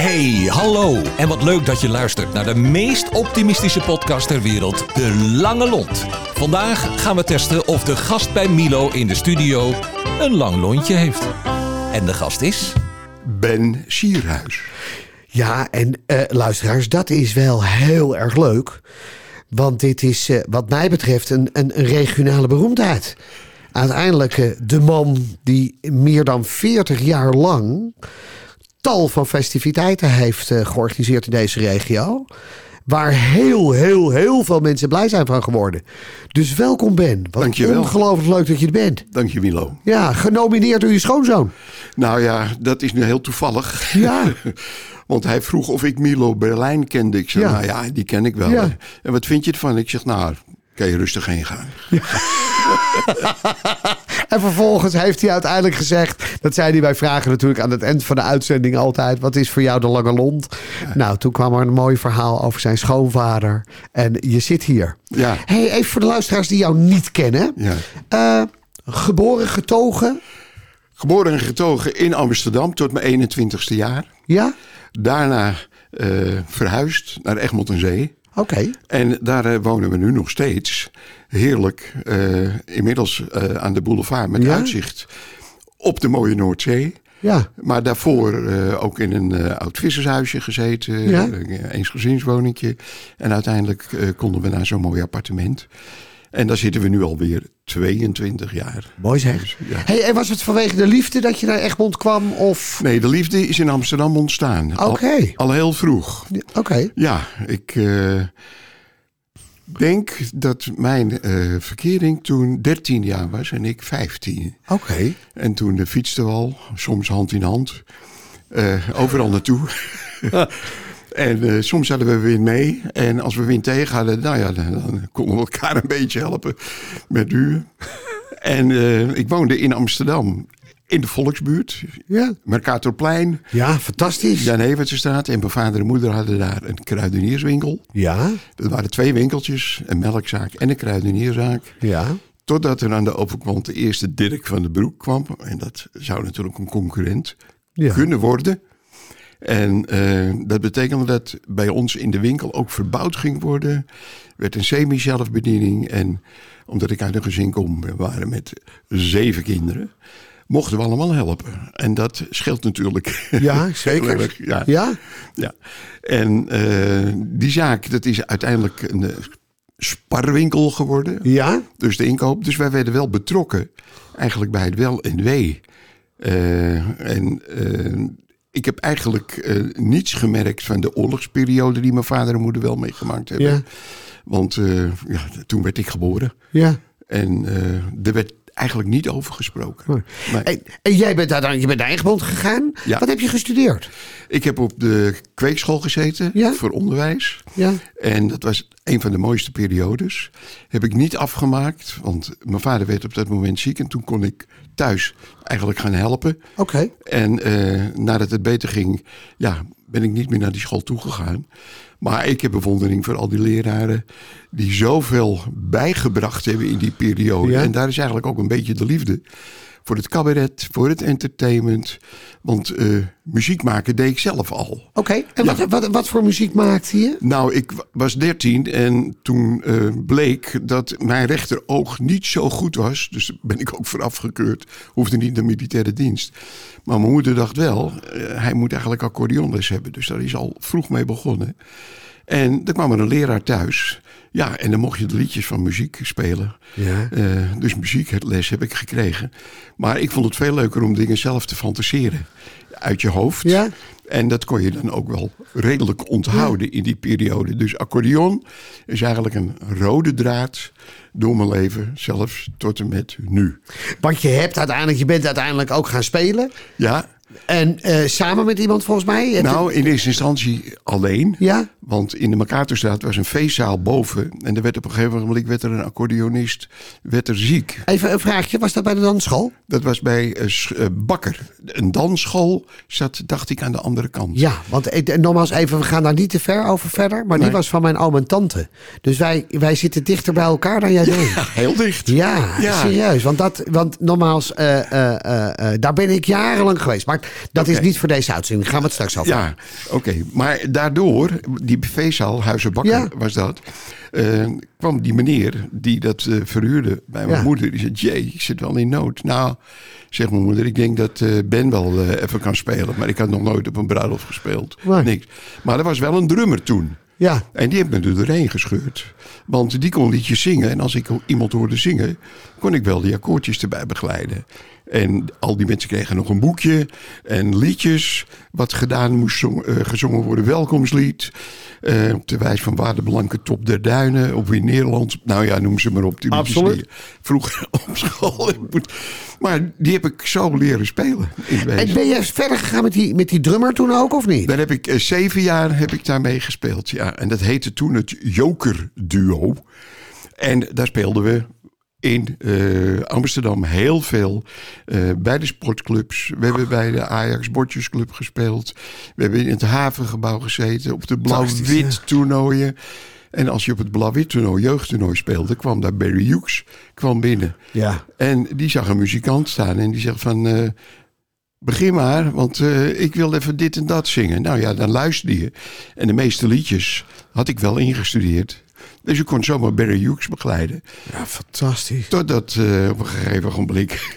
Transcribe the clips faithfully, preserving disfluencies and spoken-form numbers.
Hey, hallo. En wat leuk dat je luistert naar de meest optimistische podcast ter wereld, De Lange Lont. Vandaag gaan we testen of de gast bij Milo in de studio een lang lontje heeft. En de gast is... Ben Sierhuis. Ja, en uh, luisteraars, dat is wel heel erg leuk. Want dit is uh, wat mij betreft een, een, een regionale beroemdheid. Uiteindelijk uh, de man die meer dan veertig jaar lang tal van festiviteiten heeft uh, georganiseerd in deze regio. Waar heel, heel, heel veel mensen blij zijn van geworden. Dus welkom Ben. Wat Dankjewel. Ongelooflijk leuk dat je er bent. Dank je, Milo. Ja, genomineerd door je schoonzoon. Nou ja, dat is nu heel toevallig. Ja. Want hij vroeg of ik Milo Berlijn kende. Ik zei, Ja. nou ja, die ken ik wel. Ja. En wat vind je ervan? Ik zeg, nou, kan je rustig heen gaan. Ja. En vervolgens heeft hij uiteindelijk gezegd... dat zei hij bij vragen natuurlijk aan het eind van de uitzending altijd... wat is voor jou de lange lont? Ja. Nou, toen kwam er een mooi verhaal over zijn schoonvader. En je zit hier. Ja. Hey, even voor de luisteraars die jou niet kennen. Ja. Uh, geboren, getogen? Geboren en getogen in Amsterdam tot mijn eenentwintigste jaar. Ja? Daarna uh, verhuisd naar Egmond aan Zee. Oké. Okay. En daar uh, wonen we nu nog steeds. Heerlijk. Uh, inmiddels uh, aan de boulevard met ja? uitzicht op de mooie Noordzee. Ja. Maar daarvoor uh, ook in een uh, oud vissershuisje gezeten. Ja? Uh, eensgezinswoningje. En uiteindelijk uh, konden we naar zo'n mooi appartement. En daar zitten we nu alweer tweeëntwintig jaar. Mooi zeg. Dus, ja. Hey, en was het vanwege de liefde dat je naar Egmond kwam? Of? Nee, de liefde is in Amsterdam ontstaan. Oké. Okay. Al, al heel vroeg. Oké. Okay. Ja, ik uh, denk dat mijn uh, verkering toen dertien jaar was en ik vijftien. Oké. Okay. En toen uh, fietsten we al, soms hand in hand, uh, overal naartoe. En uh, soms hadden we wind mee. En als we wind tegen hadden, nou ja, dan, dan konden we elkaar een beetje helpen met duwen. En uh, ik woonde in Amsterdam, in de Volksbuurt. Ja. Mercatorplein. Ja, fantastisch. Jan Evertsestraat. En mijn vader en moeder hadden daar een kruidenierswinkel. Ja. Dat waren twee winkeltjes, een melkzaak en een kruidenierzaak. Ja. Totdat er aan de overkant de eerste Dirk van den Broek kwam. En dat zou natuurlijk een concurrent ja. kunnen worden. En uh, dat betekende dat bij ons in de winkel ook verbouwd ging worden. Werd een semi-zelfbediening. En omdat ik uit een gezin kom, we waren met zeven kinderen, mochten we allemaal helpen. En dat scheelt natuurlijk. Ja, zeker. erg, ja. Ja? Ja. En uh, die zaak, dat is uiteindelijk een uh, sparwinkel geworden. Ja? Dus de inkoop. Dus wij werden wel betrokken eigenlijk bij het wel en wee. Uh, en... Uh, Ik heb eigenlijk uh, niets gemerkt van de oorlogsperiode die mijn vader en moeder wel meegemaakt hebben. Ja. Want uh, ja, toen werd ik geboren. Ja. En uh, er werd eigenlijk niet over gesproken. Nee. En, en jij bent daar, je bent naar Egmond gegaan. Ja. Wat heb je gestudeerd? Ik heb op de kweekschool gezeten ja? voor onderwijs. Ja. En dat was een van de mooiste periodes. Heb ik niet afgemaakt, want mijn vader werd op dat moment ziek. En toen kon ik thuis eigenlijk gaan helpen. Oké. Okay. En uh, nadat het beter ging, ja, ben ik niet meer naar die school toegegaan. Maar ik heb bewondering voor al die leraren die zoveel bijgebracht hebben in die periode. Ja. En daar is eigenlijk ook een beetje de liefde voor het cabaret, voor het entertainment. Want uh, muziek maken deed ik zelf al. Oké, okay. En ja. wat, wat, wat voor muziek maakte je? Nou, ik was dertien en toen uh, bleek dat mijn rechteroog niet zo goed was. Dus ben ik ook voor afgekeurd. Hoefde niet naar militaire dienst. Maar mijn moeder dacht wel, uh, hij moet eigenlijk accordeonles hebben. Dus daar is al vroeg mee begonnen. En dan kwam er een leraar thuis. Ja, en dan mocht je de liedjes van muziek spelen. Ja. Uh, dus muziekles heb ik gekregen. Maar ik vond het veel leuker om dingen zelf te fantaseren. Uit je hoofd. Ja. En dat kon je dan ook wel redelijk onthouden ja. in die periode. Dus accordeon is eigenlijk een rode draad door mijn leven. Zelfs tot en met nu. Want je hebt uiteindelijk, je bent uiteindelijk ook gaan spelen. Ja. En uh, samen met iemand volgens mij? Nou, in eerste instantie alleen. Ja? Want in de Mercatorstraat was een feestzaal boven. En er werd op een gegeven moment werd er een accordeonist werd er ziek. Even een vraagje, was dat bij de dansschool? Dat was bij uh, uh, Bakker. Een dansschool zat, dacht ik, aan de andere kant. Ja, want eh, nogmaals even, we gaan daar niet te ver over verder. Maar nee. die was van mijn oom en tante. Dus wij, wij zitten dichter bij elkaar dan jij denkt. Ja, heel dicht. Ja, ja, serieus. Want, dat, want nogmaals, uh, uh, uh, uh, daar ben ik jarenlang geweest. Maar dat okay. is niet voor deze uitzending. Daar gaan we het straks over. Ja, oké. Okay. Maar daardoor, die feestzaal, Huizen Bakker ja. was dat... Uh, kwam die meneer die dat uh, verhuurde bij mijn ja. moeder. Die zei, Jay, ik zit wel in nood. Nou, zegt mijn moeder, ik denk dat uh, Ben wel uh, even kan spelen. Maar ik had nog nooit op een bruiloft gespeeld. Nee. Niks. Maar er was wel een drummer toen. Ja. En die heeft me er doorheen gescheurd. Want die kon liedjes zingen. En als ik iemand hoorde zingen, kon ik wel die akkoordjes erbij begeleiden. En al die mensen kregen nog een boekje en liedjes wat gedaan moest zong, uh, gezongen worden. Welkomstlied, uh, op de wijze van Waar de blanke top der duinen, of in Nederland. Nou ja, noem ze maar op. Die Absoluut. Die vroeger op school. Maar die heb ik zo leren spelen. En ben je verder gegaan met die, met die drummer toen ook, of niet? Dan heb ik uh, zeven jaar heb ik daarmee gespeeld, ja. En dat heette toen het Joker Duo. En daar speelden we in uh, Amsterdam heel veel. Uh, bij de sportclubs. We hebben bij de Ajax Bordjesclub gespeeld. We hebben in het havengebouw gezeten. Op de blauw-wit toernooien. En als je op het blauw-wit toernooi, jeugdtoernooi speelde, kwam daar Barry Hughes kwam binnen. Ja. En die zag een muzikant staan. En die zegt van... Uh, begin maar, want uh, ik wil even dit en dat zingen. Nou ja, dan luisterde je. En de meeste liedjes had ik wel ingestudeerd. Dus je kon zomaar Barry Hughes begeleiden. Ja, fantastisch. Totdat uh, op een gegeven ogenblik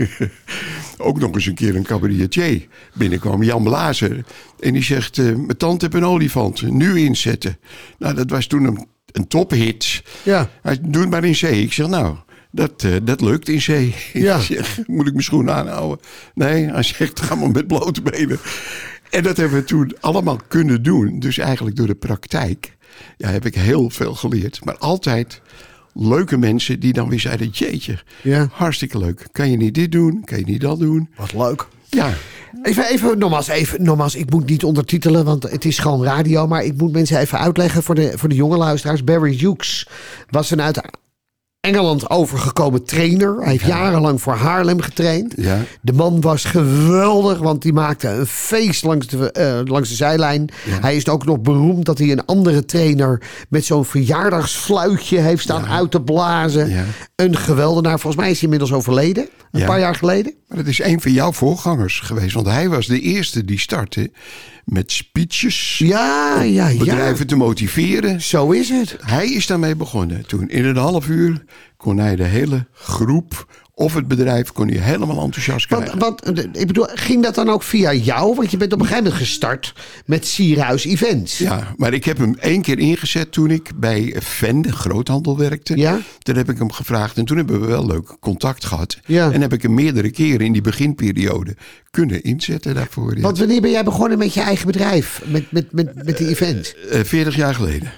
ook nog eens een keer een cabaretier binnenkwam. Jan Blazer. En die zegt, uh, mijn tante heeft een olifant. Nu inzetten. Nou, dat was toen een, een tophit. Ja. Hij doet het maar in C. Ik zeg, nou... Dat, uh, dat lukt in C. Ja. Zeg, moet ik mijn schoen aanhouden? Nee, hij zegt, ga maar met blote benen. En dat hebben we toen allemaal kunnen doen. Dus eigenlijk door de praktijk ja, heb ik heel veel geleerd. Maar altijd leuke mensen die dan weer zeiden, jeetje, ja. hartstikke leuk. Kan je niet dit doen? Kan je niet dat doen? Wat leuk. Ja. Even, even, nogmaals, even, nogmaals, ik moet niet ondertitelen, want het is gewoon radio. Maar ik moet mensen even uitleggen voor de, voor de jonge luisteraars. Barry Hughes was een uit Engeland overgekomen trainer. Hij heeft ja. jarenlang voor Haarlem getraind. Ja. De man was geweldig, want die maakte een feest langs de, uh, langs de zijlijn. Ja. Hij is ook nog beroemd dat hij een andere trainer met zo'n verjaardagsfluitje heeft staan ja. uit te blazen. Ja. Een geweldenaar. Volgens mij is hij inmiddels overleden. Een ja. paar jaar geleden. Maar dat is een van jouw voorgangers geweest. Want hij was de eerste die startte met speeches. Ja, ja, ja. Bedrijven te motiveren. Zo is het. Hij is daarmee begonnen. Toen in een half uur kon hij de hele groep of het bedrijf kon hij helemaal enthousiast krijgen. Want, want ik bedoel, ging dat dan ook via jou? Want je bent op een gegeven moment gestart met Sierhuis Events. Ja, maar ik heb hem één keer ingezet toen ik bij Vende groothandel werkte. Ja? Toen heb ik hem gevraagd en toen hebben we wel leuk contact gehad. Ja. En heb ik hem meerdere keren in die beginperiode kunnen inzetten daarvoor. Ja. Want wanneer ben jij begonnen met je eigen bedrijf? Met, met, met, met die events? Uh, uh, veertig jaar geleden.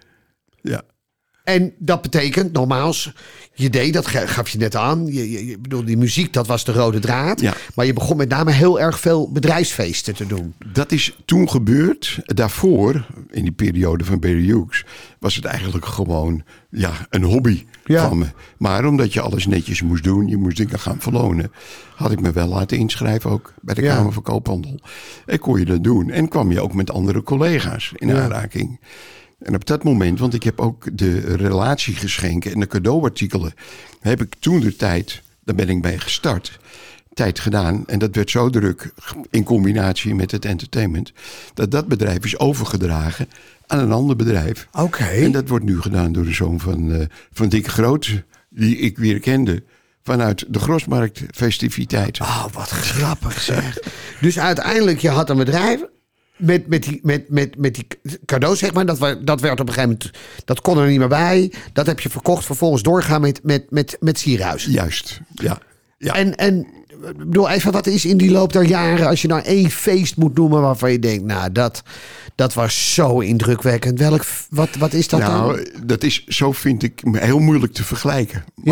Ja. En dat betekent, nogmaals, je deed, dat gaf je net aan. Je, je, je bedoel, die muziek, dat was de rode draad. Ja. Maar je begon met name heel erg veel bedrijfsfeesten te doen. Dat is toen gebeurd. Daarvoor, in die periode van Barry Hughes, was het eigenlijk gewoon ja, een hobby ja. van me. Maar omdat je alles netjes moest doen, je moest dingen gaan verlonen, had ik me wel laten inschrijven ook bij de ja. Kamer van Koophandel. En kon je dat doen. En kwam je ook met andere collega's in ja. aanraking. En op dat moment, want ik heb ook de relatiegeschenken en de cadeauartikelen, heb ik toen de tijd, daar ben ik bij gestart, tijd gedaan. En dat werd zo druk in combinatie met het entertainment, dat dat bedrijf is overgedragen aan een ander bedrijf. Oké. Okay. En dat wordt nu gedaan door de zoon van, uh, van Dick Groot, die ik weer kende vanuit de Grosmarkt festiviteit. Oh, wat grappig zeg. Dus uiteindelijk, je had een bedrijf Met, met, die, met, met, met die cadeaus, zeg maar, dat, dat werd op een gegeven moment, dat kon er niet meer bij. Dat heb je verkocht, vervolgens doorgaan met, met, met, met Sierhuis. Juist, ja. ja. En, en bedoel, even, wat is in die loop der jaren, als je nou één feest moet noemen waarvan je denkt, nou, dat, dat was zo indrukwekkend. Welk, wat, wat is dat nou, dan? Dat is, zo vind ik, heel moeilijk te vergelijken. Maar ja.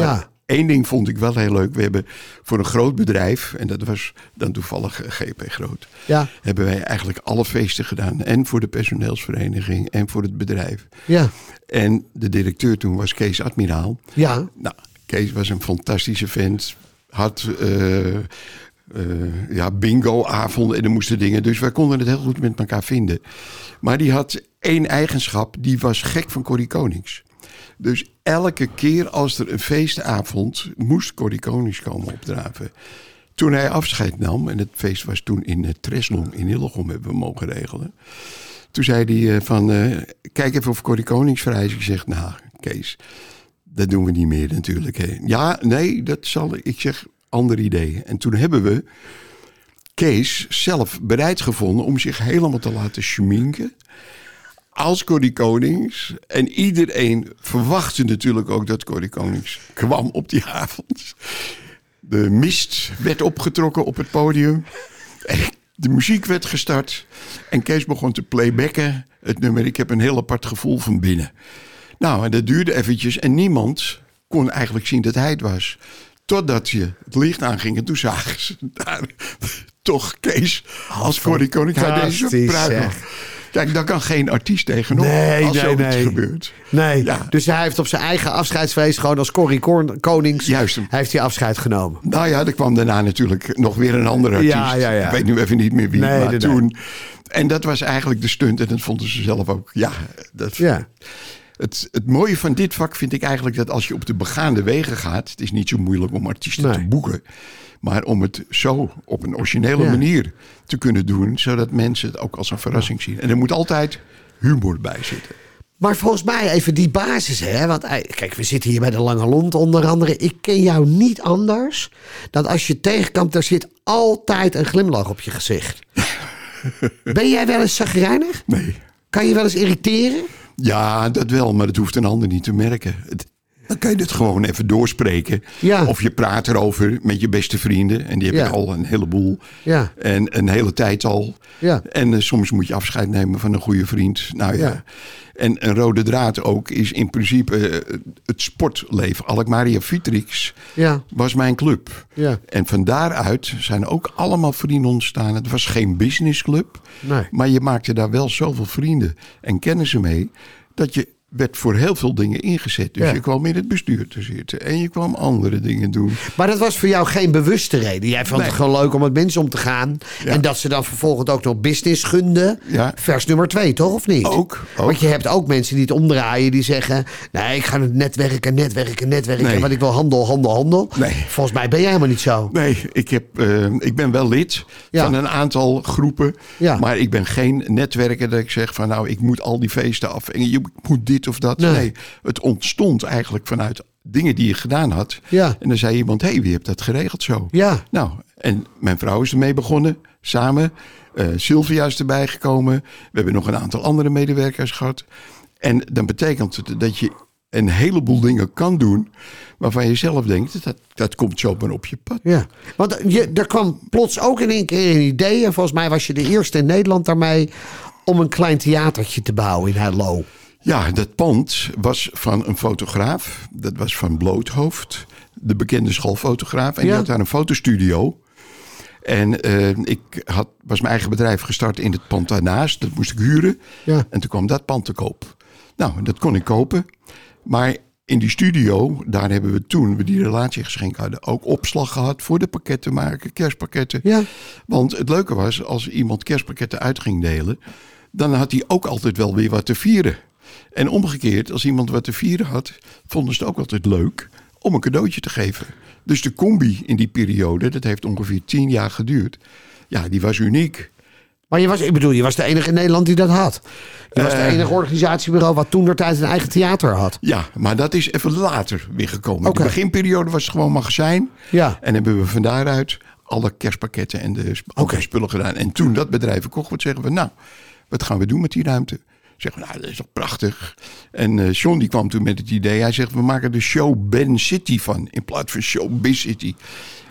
één ding vond ik wel heel leuk. We hebben voor een groot bedrijf, en dat was dan toevallig G P Groot, ja. hebben wij eigenlijk alle feesten gedaan. En voor de personeelsvereniging en voor het bedrijf. Ja. En de directeur toen was Kees Admiraal. Ja. Nou, Kees was een fantastische vent. Had uh, uh, ja, bingo-avonden en er moesten dingen. Dus wij konden het heel goed met elkaar vinden. Maar die had één eigenschap. Die was gek van Corrie Konings. Dus elke keer als er een feestavond moest Corrie Konings komen opdraven. Toen hij afscheid nam, en het feest was toen in uh, Treslong in Hillegom hebben we mogen regelen. Toen zei hij uh, van, uh, kijk even of Corrie Konings vrij is. Ik zeg, nou Kees, dat doen we niet meer natuurlijk. Hè. Ja, nee, dat zal ik zeg, ander idee. En toen hebben we Kees zelf bereid gevonden om zich helemaal te laten schminken. Als Corrie Konings. En iedereen verwachtte natuurlijk ook dat Corrie Konings kwam op die avond. De mist werd opgetrokken op het podium. En de muziek werd gestart. En Kees begon te playbacken het nummer Ik heb een heel apart gevoel van binnen. Nou, en dat duurde eventjes. En niemand kon eigenlijk zien dat hij het was. Totdat je het licht aanging. En toen zagen ze daar toch Kees als Corrie Konings. Hij deze pruik. Kijk, daar kan geen artiest tegenop nee, als nee, zoiets nee. gebeurt. Nee, ja. Dus hij heeft op zijn eigen afscheidsfeest gewoon als Corrie Konings Juist. heeft hij afscheid genomen. Nou ja, er kwam daarna natuurlijk nog weer een andere artiest. Ja, ja, ja. Ik weet nu even niet meer wie, nee, maar nee, toen. Nee. En dat was eigenlijk de stunt en dat vonden ze zelf ook. Ja, dat, ja. Het, het mooie van dit vak vind ik eigenlijk dat als je op de begaande wegen gaat. Het is niet zo moeilijk om artiesten nee. te boeken. Maar om het zo op een originele ja. manier te kunnen doen. Zodat mensen het ook als een verrassing zien. En er moet altijd humor bij zitten. Maar volgens mij even die basis. Hè? Want kijk, we zitten hier bij de Lange Lont onder andere. Ik ken jou niet anders. Dat als je tegenkomt, daar zit altijd een glimlach op je gezicht. Ben jij wel eens chagrijnig? Nee. Kan je wel eens irriteren? Ja, dat wel. Maar dat hoeft een ander niet te merken. Het, dan kan je het gewoon even doorspreken. Ja. Of je praat erover met je beste vrienden. En die heb je ja. al een heleboel. Ja. En een hele tijd al. Ja. En uh, soms moet je afscheid nemen van een goede vriend. Nou ja. ja. En een rode draad ook is in principe uh, het sportleven. Alkmaria Vitrix ja. was mijn club. Ja. En van daaruit zijn ook allemaal vrienden ontstaan. Het was geen businessclub. Nee. Maar je maakte daar wel zoveel vrienden en kennissen mee. Dat je werd voor heel veel dingen ingezet. Dus ja. je kwam in het bestuur te zitten. En je kwam andere dingen doen. Maar dat was voor jou geen bewuste reden. Jij vond nee. het gewoon leuk om met mensen om te gaan. Ja. En dat ze dan vervolgens ook nog business gunden. Ja. Vers nummer twee, toch? Of niet? Ook, ook. Want je hebt ook mensen die het omdraaien. Die zeggen, nee, ik ga het netwerken, netwerken, netwerken. Nee. Want ik wil handel, handel, handel. Nee. Volgens mij ben jij helemaal niet zo. Nee, ik, heb, uh, ik ben wel lid ja. van een aantal groepen. Ja. Maar ik ben geen netwerker dat ik zeg van nou, ik moet al die feesten af. En je moet dit of dat. Nee. nee. Het ontstond eigenlijk vanuit dingen die je gedaan had. Ja. En dan zei iemand, hé, hey, wie hebt dat geregeld zo? Ja. Nou, en mijn vrouw is ermee begonnen, samen. Uh, Sylvia is erbij gekomen. We hebben nog een aantal andere medewerkers gehad. En dan betekent het dat je een heleboel dingen kan doen waarvan je zelf denkt, dat, dat komt zomaar op je pad. Ja, want je, er kwam plots ook in één keer een idee. En volgens mij was je de eerste in Nederland daarmee om een klein theatertje te bouwen in Hello. Ja, dat pand was van een fotograaf. Dat was van Bloothoofd, de bekende schoolfotograaf. En ja. die had daar een fotostudio. En uh, ik had, was mijn eigen bedrijf gestart in het pand daarnaast. Dat moest ik huren. Ja. En toen kwam dat pand te koop. Nou, dat kon ik kopen. Maar in die studio, daar hebben we toen we die relatie geschenkt hadden, ook opslag gehad voor de pakketten maken, kerstpakketten. Ja. Want het leuke was, als iemand kerstpakketten uit ging delen, dan had hij ook altijd wel weer wat te vieren. En omgekeerd, als iemand wat te vieren had, vonden ze het ook altijd leuk om een cadeautje te geven. Dus de combi in die periode, dat heeft ongeveer tien jaar geduurd. Ja, die was uniek. Maar je was, ik bedoel, je was de enige in Nederland die dat had. Je was uh, de enige organisatiebureau wat toen der tijd een eigen theater had. Ja, maar dat is even later weer gekomen. Okay. In de beginperiode was het gewoon magazijn. Ja. En hebben we van daaruit alle kerstpakketten en de okay. spullen gedaan. En toen dat bedrijf verkocht wordt, zeggen we, nou, wat gaan we doen met die ruimte? Zeggen we, nou, dat is toch prachtig. En uh, John die kwam toen met het idee. Hij zegt, we maken de show Ben City van. In plaats van show Biz City.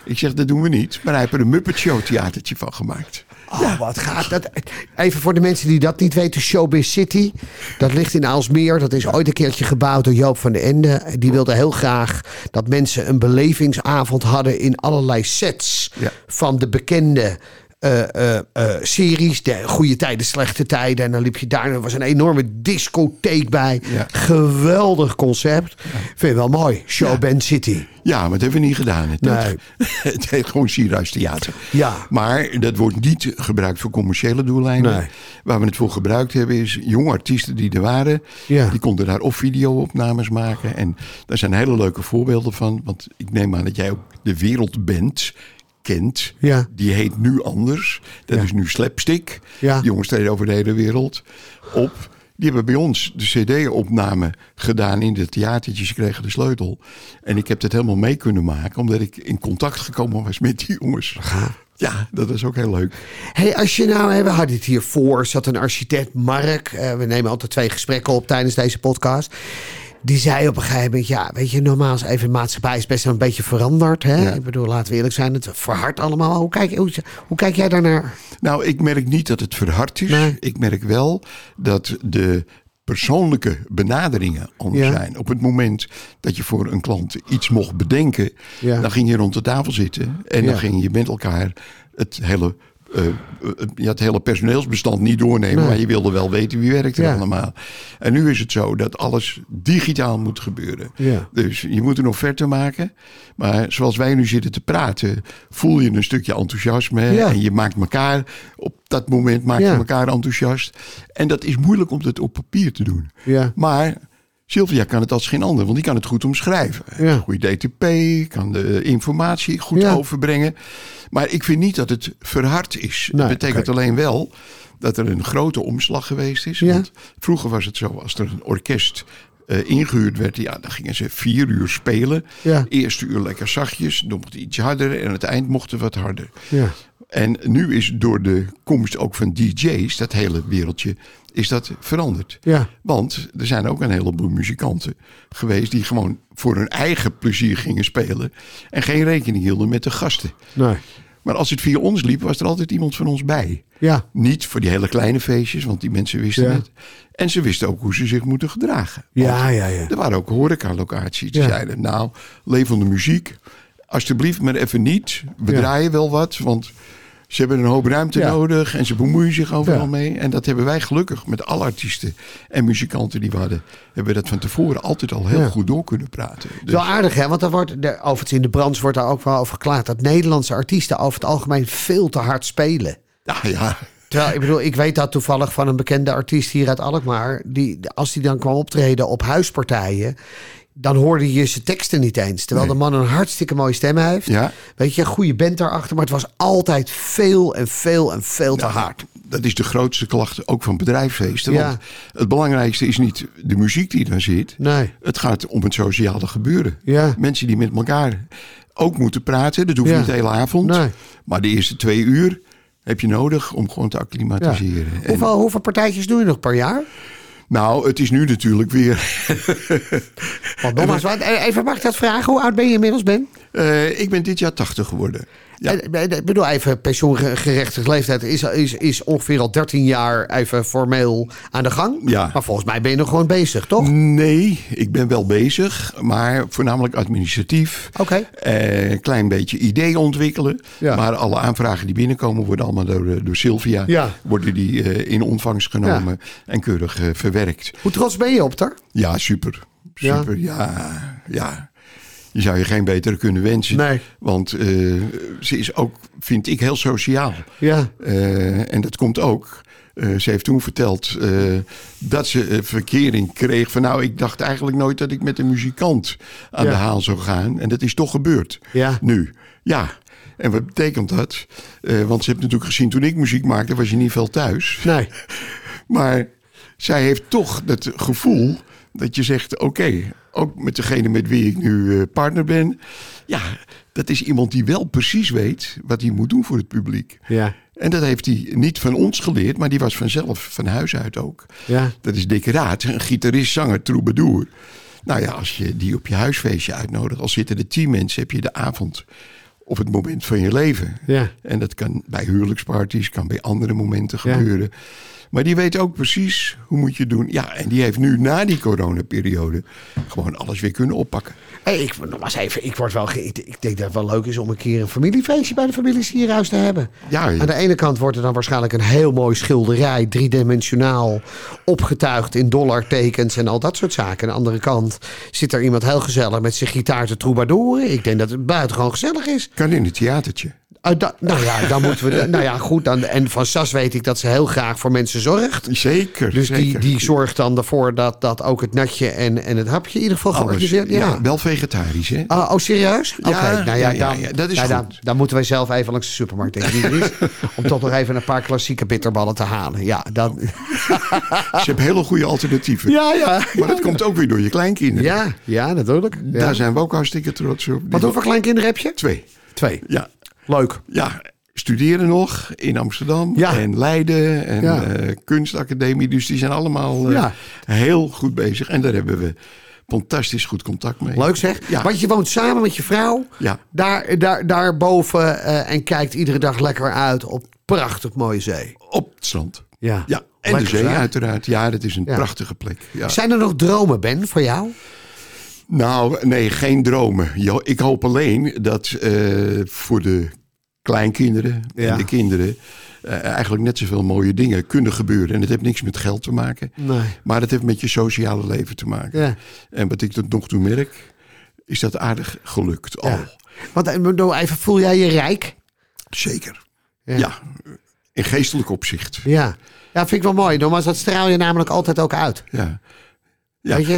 Ik zeg, dat doen we niet. Maar hij heeft er een Muppet Show theatertje van gemaakt. Oh, ja. Wat gaat dat? Even voor de mensen die dat niet weten. Showbiz City. Dat ligt in Aalsmeer. Dat is ooit een keertje gebouwd door Joop van den Ende. Die wilde heel graag dat mensen een belevingsavond hadden in allerlei sets. Ja. Van de bekende uh, uh, uh, series. De Goede Tijden, Slechte Tijden. En dan liep je daar. Er was een enorme discotheek bij. Ja. Geweldig concept. Ja. Vind je wel mooi. Showbiz ja. City. Ja, maar dat hebben we niet gedaan. Het, nee. het heet gewoon Sierhuis Theater. Ja. Maar dat wordt niet gebruikt voor commerciële doeleinden. Nee. Waar we het voor gebruikt hebben is jonge artiesten die er waren. Ja. Die konden daar of video-opnames maken. En daar zijn hele leuke voorbeelden van. Want ik neem aan dat jij ook de Wereldband kent. Ja. Die heet nu anders. Dat ja. is nu Slapstick. Ja. Die jongens treden over de hele wereld op. Die hebben bij ons de cd-opname gedaan in de theatertjes. Ze kregen de sleutel. En ik heb dat helemaal mee kunnen maken. Omdat ik in contact gekomen was met die jongens. Ga. Ja, dat is ook heel leuk. Hey, als je nou, we hadden het hiervoor, zat een architect, Mark. Uh, we nemen altijd twee gesprekken op tijdens deze podcast. Die zei op een gegeven moment, ja, weet je, normaal is even de maatschappij is best wel een beetje veranderd. Hè? Ja. Ik bedoel, laten we eerlijk zijn, het verhardt allemaal. Hoe kijk, hoe, hoe kijk jij daarnaar? Nou, ik merk niet dat het verhard is. Nee. Ik merk wel dat de persoonlijke benaderingen anders ja. zijn. Op het moment dat je voor een klant iets mocht bedenken, ja. dan ging je rond de tafel zitten en ja. dan ging je met elkaar het hele Uh, ja, het hele personeelsbestand niet doornemen. Nee. Maar je wilde wel weten wie werkt er ja. allemaal. En nu is het zo dat alles digitaal moet gebeuren. Ja. Dus je moet er offerte maken. Maar zoals wij nu zitten te praten, voel je een stukje enthousiasme. Ja. En je maakt elkaar, op dat moment maak je ja. elkaar enthousiast. En dat is moeilijk om dat op papier te doen. Ja. Maar Sylvia kan het als geen ander, want die kan het goed omschrijven. Ja. Goede D T P, kan de informatie goed ja. overbrengen. Maar ik vind niet dat het verhard is. Nee, dat betekent okay. alleen wel dat er een grote omslag geweest is. Ja. Want vroeger was het zo, als er een orkest uh, ingehuurd werd, ja, dan gingen ze vier uur spelen. Ja. Eerste uur lekker zachtjes, dan mocht iets harder en aan het eind mochten wat harder. Ja. En nu is door de komst ook van D J's, dat hele wereldje, is dat veranderd. Ja. Want er zijn ook een heleboel muzikanten geweest die gewoon voor hun eigen plezier gingen spelen en geen rekening hielden met de gasten. Nee. Maar als het via ons liep, was er altijd iemand van ons bij. Ja. Niet voor die hele kleine feestjes, want die mensen wisten ja. het. En ze wisten ook hoe ze zich moeten gedragen. Ja, ja, ja. Er waren ook horecalocaties die ja. zeiden, nou, levende muziek, alsjeblieft maar even niet. We ja. draaien wel wat, want ze hebben een hoop ruimte ja. nodig en ze bemoeien zich overal ja. mee. En dat hebben wij gelukkig met alle artiesten en muzikanten die we hadden, hebben we dat van tevoren altijd al heel ja. goed door kunnen praten. Dus wel aardig, hè? Want er wordt, de, overigens in de branche wordt daar ook wel over geklaagd dat Nederlandse artiesten over het algemeen veel te hard spelen. Ja, ja. Terwijl, ik bedoel, ik weet dat toevallig van een bekende artiest hier uit Alkmaar, die, als die dan kwam optreden op huispartijen, dan hoorde je zijn teksten niet eens. Terwijl nee. de man een hartstikke mooie stem heeft. Ja. Weet je, een goede band daarachter. Maar het was altijd veel en veel en veel te ja, hard. Dat is de grootste klacht ook van bedrijfsfeesten. Ja. Want het belangrijkste is niet de muziek die daar zit. Nee. Het gaat om het sociale gebeuren. Ja. Mensen die met elkaar ook moeten praten. Dat hoeft ja. niet de hele avond. Nee. Maar de eerste twee uur heb je nodig om gewoon te acclimatiseren. Ja. Hoeveel, en hoeveel partijtjes doe je nog per jaar? Nou, het is nu natuurlijk weer. Want nogmaals, even mag ik dat vragen? Hoe oud ben je inmiddels, Ben? Uh, ik ben dit jaar tachtig geworden. Ja. Ik bedoel, even pensioengerechtigde leeftijd is, is, is ongeveer al dertien jaar even formeel aan de gang. Ja. Maar volgens mij ben je nog gewoon bezig, toch? Nee, ik ben wel bezig, maar voornamelijk administratief. Oké. Een uh, klein beetje ideeën ontwikkelen. Ja. Maar alle aanvragen die binnenkomen worden allemaal door, door Sylvia. Ja. Worden die uh, in ontvangst genomen ja. en keurig uh, verwerkt. Hoe trots ben je op haar? Ja, super. Super, ja, ja. ja. Je zou je geen betere kunnen wensen. Nee. Want uh, ze is ook, vind ik, heel sociaal. Ja. Uh, en dat komt ook. Uh, ze heeft toen verteld uh, dat ze uh, verkering kreeg. Van nou, ik dacht eigenlijk nooit dat ik met een muzikant aan ja. de haal zou gaan. En dat is toch gebeurd. Ja. Nu. Ja. En wat betekent dat? Uh, want ze heeft natuurlijk gezien, toen ik muziek maakte, was je niet veel thuis. Nee. Maar zij heeft toch het gevoel dat je zegt, oké, okay, ook met degene met wie ik nu uh, partner ben. Ja, dat is iemand die wel precies weet wat hij moet doen voor het publiek. Ja. En dat heeft hij niet van ons geleerd, maar die was vanzelf van huis uit ook. Ja. Dat is Dick Raad, een gitarist, zanger, troubadour. Nou ja, als je die op je huisfeestje uitnodigt, al zitten er tien mensen, heb je de avond op het moment van je leven. Ja. En dat kan bij huwelijksparties, kan bij andere momenten gebeuren. Ja. Maar die weet ook precies hoe moet je doen. Ja, en die heeft nu na die coronaperiode gewoon alles weer kunnen oppakken. Hey, ik, nog maar eens even, ik, word wel ge- ik, ik denk dat het wel leuk is om een keer een familiefeestje bij de familie Sierhuis te hebben. Ja, ja. Aan de ene kant wordt er dan waarschijnlijk een heel mooi schilderij, driedimensionaal, opgetuigd in dollartekens en al dat soort zaken. Aan de andere kant zit er iemand heel gezellig met zijn gitaar te troubadouren. Ik denk dat het buitengewoon gezellig is. Kan in het theatertje. Uh, da, nou ja, dan moeten we. Nou ja, goed. Dan, en van Sas weet ik dat ze heel graag voor mensen zorgt. Zeker. Dus zeker. Die, die zorgt dan ervoor dat, dat ook het natje en, en het hapje in ieder geval georganiseerd. Ja. ja, wel vegetarisch, hè? Uh, oh, serieus? Oké, ja, nou ja, ja, ja, dan, ja, dat is nou, goed. dan, dan moeten wij zelf even langs de supermarkt, denk ik, niet, om toch nog even een paar klassieke bitterballen te halen. Ja, dan. Ze hebben hele goede alternatieven. Ja, ja. Maar dat komt ook weer door je kleinkinderen. Ja, ja, natuurlijk. Ja. Daar zijn we ook hartstikke trots op. Wat hoeveel kleinkinderen heb je? Twee. Twee. Ja. Leuk. Ja. Studeren nog in Amsterdam ja. en Leiden en ja. uh, kunstacademie. Dus die zijn allemaal uh, ja. heel goed bezig. En daar hebben we fantastisch goed contact mee. Leuk zeg. Ja. Want je woont samen met je vrouw. Ja. Daar, daar, daarboven uh, en kijkt iedere dag lekker uit op prachtig mooie zee. Op het strand. Ja. ja. En lekker de zee zwaar. Uiteraard. Ja, dat is een ja. prachtige plek. Ja. Zijn er nog dromen, Ben, voor jou? Nou, nee, geen dromen. Ik hoop alleen dat uh, voor de kleinkinderen ja. en de kinderen uh, eigenlijk net zoveel mooie dingen kunnen gebeuren. En het heeft niks met geld te maken. Nee. Maar het heeft met je sociale leven te maken. Ja. En wat ik tot nog toe merk, is dat aardig gelukt al. Ja. Want even, voel jij je rijk? Zeker. Ja. ja. In geestelijk opzicht. Ja. Ja, vind ik wel mooi. Maar dat straal je namelijk altijd ook uit. Ja. Ja. Weet je?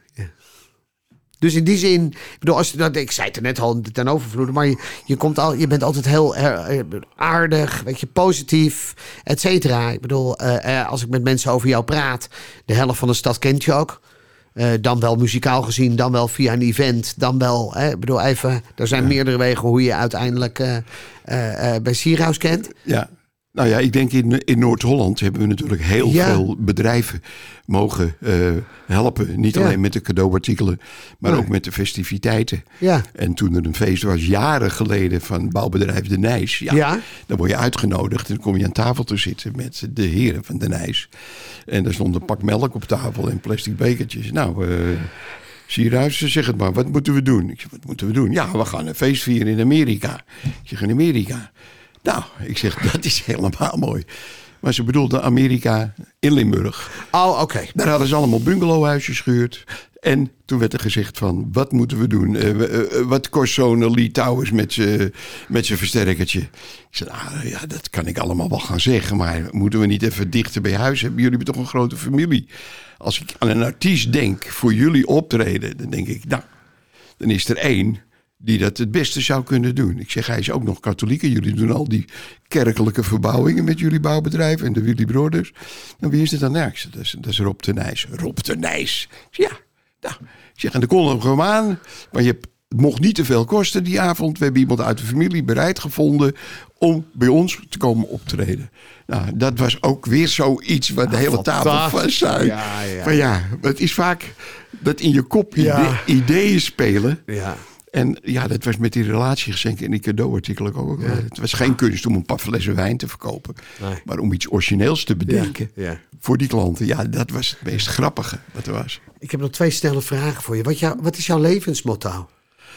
Dus in die zin, ik bedoel, als, ik zei het er net al ten overvloede, maar je, je, komt al, je bent altijd heel er, aardig, weet je, positief, et cetera. Ik bedoel, uh, als ik met mensen over jou praat, de helft van de stad kent je ook. Uh, dan wel muzikaal gezien, dan wel via een event, dan wel, hè, ik bedoel even, er zijn ja. meerdere wegen hoe je uiteindelijk uh, uh, uh, bij Sierhuis kent. Ja. Nou ja, ik denk in, in Noord-Holland hebben we natuurlijk heel ja. veel bedrijven mogen uh, helpen. Niet ja. alleen met de cadeauartikelen, maar nee. ook met de festiviteiten. Ja. En toen er een feest was, jaren geleden, van bouwbedrijf De Nijs. Ja, ja. Dan word je uitgenodigd en dan kom je aan tafel te zitten met de heren van De Nijs. En daar stond een pak melk op tafel en plastic bekertjes. Nou, uh, Sierhuis, zeg het maar, wat moeten we doen? Ik zeg, wat moeten we doen? Ja, we gaan een feest vieren in Amerika. Ik zeg, in Amerika? Nou, ik zeg, dat is helemaal mooi. Maar ze bedoelde Amerika in Limburg. Oh, oké. Okay. Daar hadden ze allemaal bungalowhuisjes gehuurd. En toen werd er gezegd van, wat moeten we doen? Uh, uh, uh, wat kost zo'n Lee Towers met zijn met zijn versterkertje? Ik zei, nou ja, dat kan ik allemaal wel gaan zeggen. Maar moeten we niet even dichter bij huis hebben? Jullie hebben toch een grote familie? Als ik aan een artiest denk, voor jullie optreden, dan denk ik, nou, dan is er één die dat het beste zou kunnen doen. Ik zeg, hij is ook nog katholiek. Jullie doen al die kerkelijke verbouwingen met jullie bouwbedrijf en de Willy Brothers. Nou, wie is het dan? Nou, ik zeg, dat is, dat is Rob de Nijs. Rob de Nijs. Ik zeg, ja. Nou, ik zeg, en dan kon hem gewoon aan. Maar je hebt, het mocht niet te veel kosten die avond. We hebben iemand uit de familie bereid gevonden om bij ons te komen optreden. Nou, dat was ook weer zoiets waar de hele ja, tafel van zei. Ja, ja. Van ja, het is vaak dat in je kop ja. ide- ideeën spelen. Ja. En ja, dat was met die relatiegeschenken en die cadeauartikelen ook. Ja. Het was geen kunst om een paar flessen wijn te verkopen. Nee. Maar om iets origineels te bedenken ja. Ja. voor die klanten. Ja, dat was het meest grappige wat er was. Ik heb nog twee snelle vragen voor je. Wat, jou, wat is jouw levensmotto?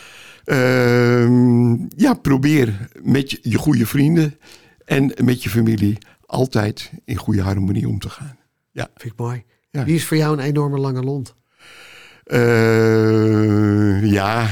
Uh, ja, probeer met je, je goede vrienden en met je familie altijd in goede harmonie om te gaan. Ja. Vind ik mooi. Ja. Wie is voor jou een enorme lange lont? Uh, ja...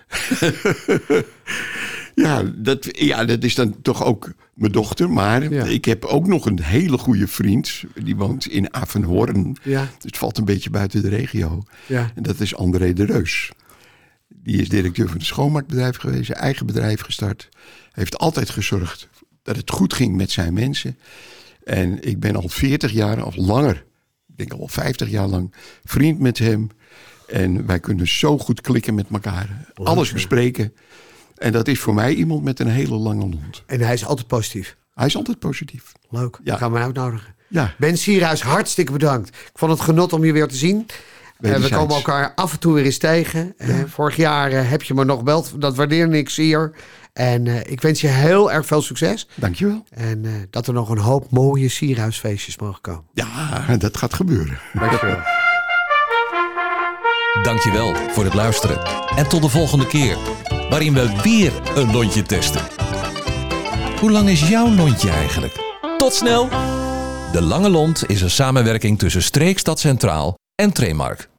ja, dat, ja, dat is dan toch ook mijn dochter. Maar ja. ik heb ook nog een hele goede vriend. Die woont in Avenhoorn. Ja. Dus het valt een beetje buiten de regio. Ja. En dat is André de Reus. Die is directeur van een schoonmaakbedrijf geweest. Zijn eigen bedrijf gestart. Heeft altijd gezorgd dat het goed ging met zijn mensen. En ik ben al veertig jaar of langer. Ik denk al vijftig jaar lang vriend met hem. En wij kunnen zo goed klikken met elkaar. Leuk, alles bespreken. En dat is voor mij iemand met een hele lange mond. En hij is altijd positief? Hij is altijd positief. Leuk, ja. Dan gaan we hem uitnodigen. Ja. Ben Sierhuis, hartstikke bedankt. Ik vond het genot om je weer te zien. Uh, we komen elkaar af en toe weer eens tegen. Uh, ja. Vorig jaar uh, heb je me nog gebeld. Dat waardeer ik zeer. En uh, ik wens je heel erg veel succes. Dankjewel. En uh, dat er nog een hoop mooie sierhuisfeestjes mogen komen. Ja, dat gaat gebeuren. Dankjewel. Dankjewel voor het luisteren. En tot de volgende keer, waarin we weer een lontje testen. Hoe lang is jouw lontje eigenlijk? Tot snel! De Lange Lont is een samenwerking tussen Streekstad Centraal en Tremark.